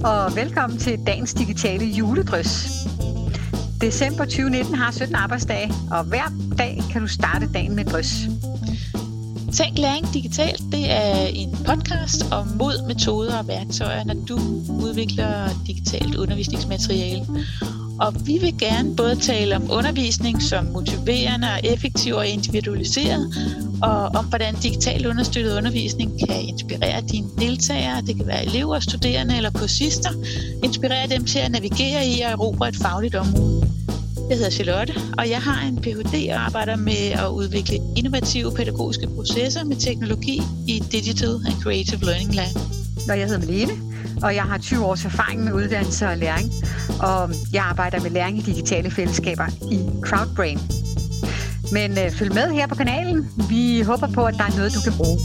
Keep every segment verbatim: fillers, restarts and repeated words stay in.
og velkommen til dagens digitale juledrys. December tyve nitten har sytten arbejdsdage, og hver dag kan du starte dagen med drys. Tænk læring digitalt, det er en podcast om mod, metoder og værktøjer, når du udvikler digitalt undervisningsmateriale. Og vi vil gerne både tale om undervisning som motiverende og effektiv og individualiseret, og om hvordan digital understøttet undervisning kan inspirere dine deltagere, det kan være elever, studerende eller kursister, inspirere dem til at navigere i og erobre et fagligt område. Jeg hedder Charlotte, og jeg har en P H D og arbejder med at udvikle innovative pædagogiske processer med teknologi i Digital and Creative Learning Lab. Og jeg hedder Malene, og jeg har tyve års erfaring med uddannelse og læring, og jeg arbejder med læring i digitale fællesskaber i Crowdbrain. Men øh, følg med her på kanalen. Vi håber på, at der er noget, du kan bruge.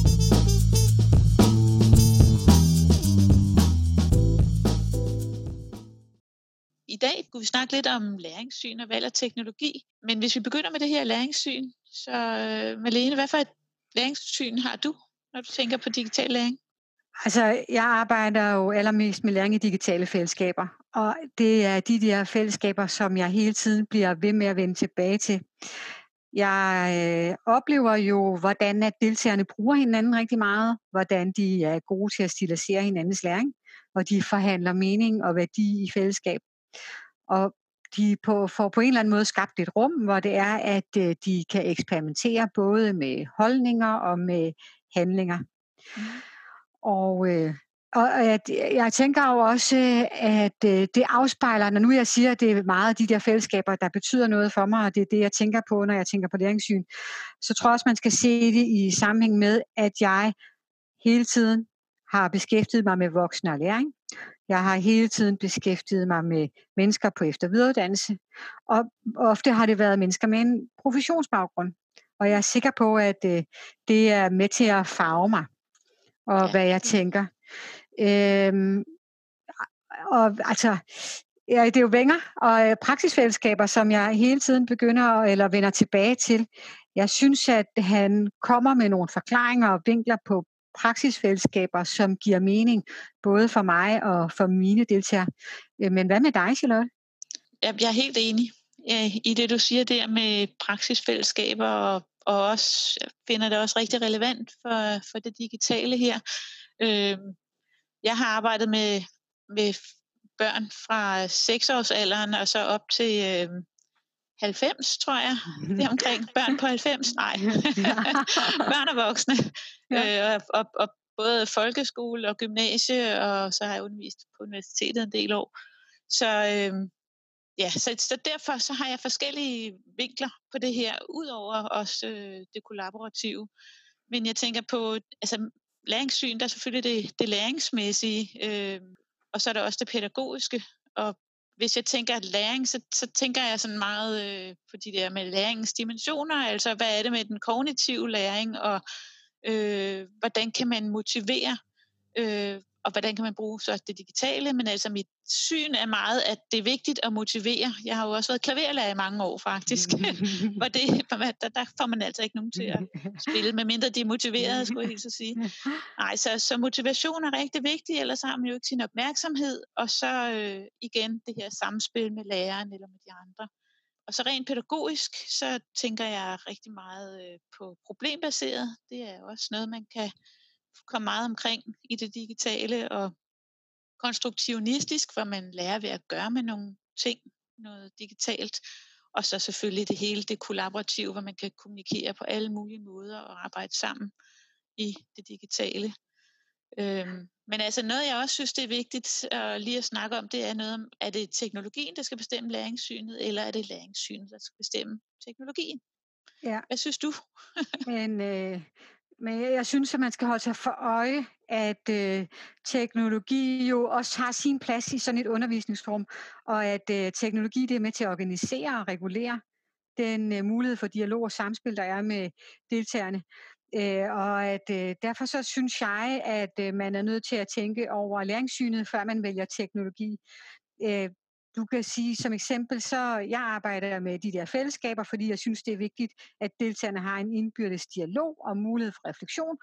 I dag kunne vi snakke lidt om læringssyn og valg af teknologi. Men hvis vi begynder med det her læringssyn, så øh, Malene, hvad for et læringssyn har du, når du tænker på digital læring? Altså, jeg arbejder jo allermest med læring i digitale fællesskaber, og det er de der fællesskaber, som jeg hele tiden bliver ved med at vende tilbage til. Jeg øh, oplever jo, hvordan at deltagerne bruger hinanden rigtig meget, hvordan de er gode til at stilisere hinandens læring, og de forhandler mening og værdi i fællesskab. Og de på, får på en eller anden måde skabt et rum, hvor det er, at øh, de kan eksperimentere både med holdninger og med handlinger. Mm. Og, øh, og at, jeg tænker jo også, at øh, det afspejler, når nu jeg siger, at det er meget af de der fællesskaber, der betyder noget for mig, og det er det, jeg tænker på, når jeg tænker på læringssyn, så tror jeg også, man skal se det i sammenhæng med, at jeg hele tiden har beskæftiget mig med voksne og læring. Jeg har hele tiden beskæftiget mig med mennesker på efter- og videreuddannelse, og ofte har det været mennesker med en professionsbaggrund. Og jeg er sikker på, at øh, det er med til at farve mig, og ja. Hvad jeg tænker. Øhm, og altså, ja, det er jo vinger og øh, praksisfællesskaber, som jeg hele tiden begynder eller vender tilbage til. Jeg synes, at han kommer med nogle forklaringer og vinkler på praksisfællesskaber, som giver mening, både for mig og for mine deltagere. Men hvad med dig, Charlotte? Jeg er helt enig i det, du siger der med praksisfællesskaber, og, og også jeg finder det også rigtig relevant for, for det digitale her. Jeg har arbejdet med, med børn fra seksårsalderen og så op til øh, halvfems, tror jeg. Det er omkring børn på halvfems. Nej, børn og voksne. Ja. Øh, og, og både folkeskole og gymnasie, og så har jeg undervist på universitetet en del år. Så, øh, ja, så, så derfor så har jeg forskellige vinkler på det her, udover også øh, det kollaborative. Men jeg tænker på, altså læringssyn, der er selvfølgelig det, det læringsmæssige, øh, og så er der også det pædagogiske. Og hvis jeg tænker at læring, så, så tænker jeg sådan meget øh, på de der med læringens dimensioner, altså hvad er det med den kognitive læring, og øh, hvordan kan man motivere, øh, og hvordan kan man bruge så det digitale, men altså mit syn er meget, at det er vigtigt at motivere. Jeg har jo også været klaverlærer i mange år faktisk, hvor det, der, der får man altså ikke nogen til at spille, medmindre de er motiverede, skulle jeg helt så sige. Nej, så, så motivation er rigtig vigtig, ellers har man jo ikke sin opmærksomhed, og så øh, igen det her samspil med læreren eller med de andre. Og så rent pædagogisk, så tænker jeg rigtig meget øh, på problembaseret. Det er jo også noget, man kan komme meget omkring i det digitale, og konstruktionistisk, hvor man lærer ved at gøre med nogle ting, noget digitalt, og så selvfølgelig det hele, det kollaborative, hvor man kan kommunikere på alle mulige måder og arbejde sammen i det digitale. Øhm, men altså noget, jeg også synes, det er vigtigt at lige at snakke om, det er noget om, er det teknologien, der skal bestemme læringssynet, eller er det læringssynet, der skal bestemme teknologien? Ja. Hvad synes du? men, øh, men jeg synes, at man skal holde sig for øje, at øh, teknologi jo også har sin plads i sådan et undervisningsrum, og at øh, teknologi det er med til at organisere og regulere den øh, mulighed for dialog og samspil, der er med deltagerne. Øh, og at øh, derfor så synes jeg, at øh, man er nødt til at tænke over læringssynet, før man vælger teknologi. Øh, du kan sige som eksempel, så jeg arbejder med de der fællesskaber, fordi jeg synes, det er vigtigt, at deltagerne har en indbyrdes dialog og mulighed for refleksion.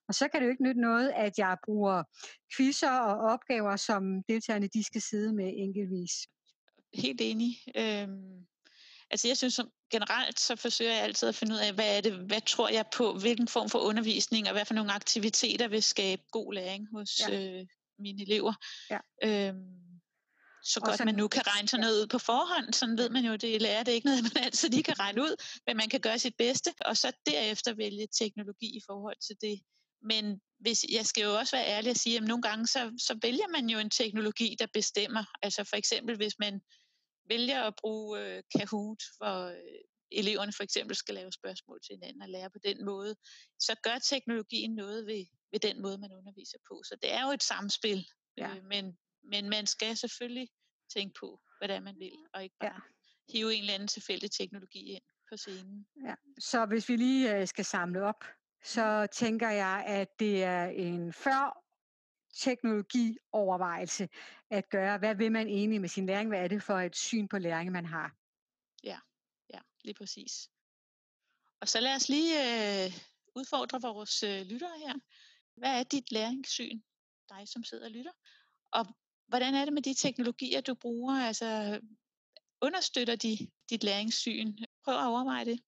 Og så kan det jo ikke nytte noget, at jeg bruger quizzer og opgaver, som deltagerne de skal sidde med enkeltvis. Helt enig. Øhm, altså jeg synes som generelt, så forsøger jeg altid at finde ud af, hvad er det, hvad tror jeg på, hvilken form for undervisning, og hvad for nogle aktiviteter vil skabe god læring hos ja. øh, mine elever. Ja. Øhm, så godt man nu kan regne sådan noget ud på forhånd, sådan ved man jo, det lærer det ikke noget, man altid lige kan regne ud, men man kan gøre sit bedste, og så derefter vælge teknologi i forhold til det. Men hvis, jeg skal jo også være ærlig at sige, at nogle gange så, så vælger man jo en teknologi, der bestemmer. Altså for eksempel, hvis man vælger at bruge øh, Kahoot, hvor øh, eleverne for eksempel skal lave spørgsmål til hinanden og lære på den måde, så gør teknologien noget ved, ved den måde, man underviser på. Så det er jo et samspil, ja. øh, men, men man skal selvfølgelig tænke på, hvad det er, man vil, og ikke bare ja. hive en eller anden tilfældig teknologi ind på scenen. Ja. Så hvis vi lige øh, skal samle op, så tænker jeg, at det er en før teknologiovervejelse at gøre, hvad vil man egentlig med sin læring, hvad er det for et syn på læring, man har. Ja, ja, lige præcis. Og så lad os lige øh, udfordre vores øh, lyttere her. Hvad er dit læringssyn, dig som sidder og lytter? Og hvordan er det med de teknologier, du bruger? Altså, understøtter de dit læringssyn? Prøv at overveje det.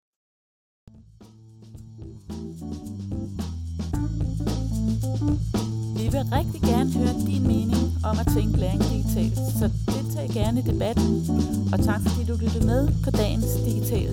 Vi vil rigtig gerne høre din mening om at tænke læring digitalt, så deltag gerne i debatten. Og tak fordi du lyttede med på dagens digitale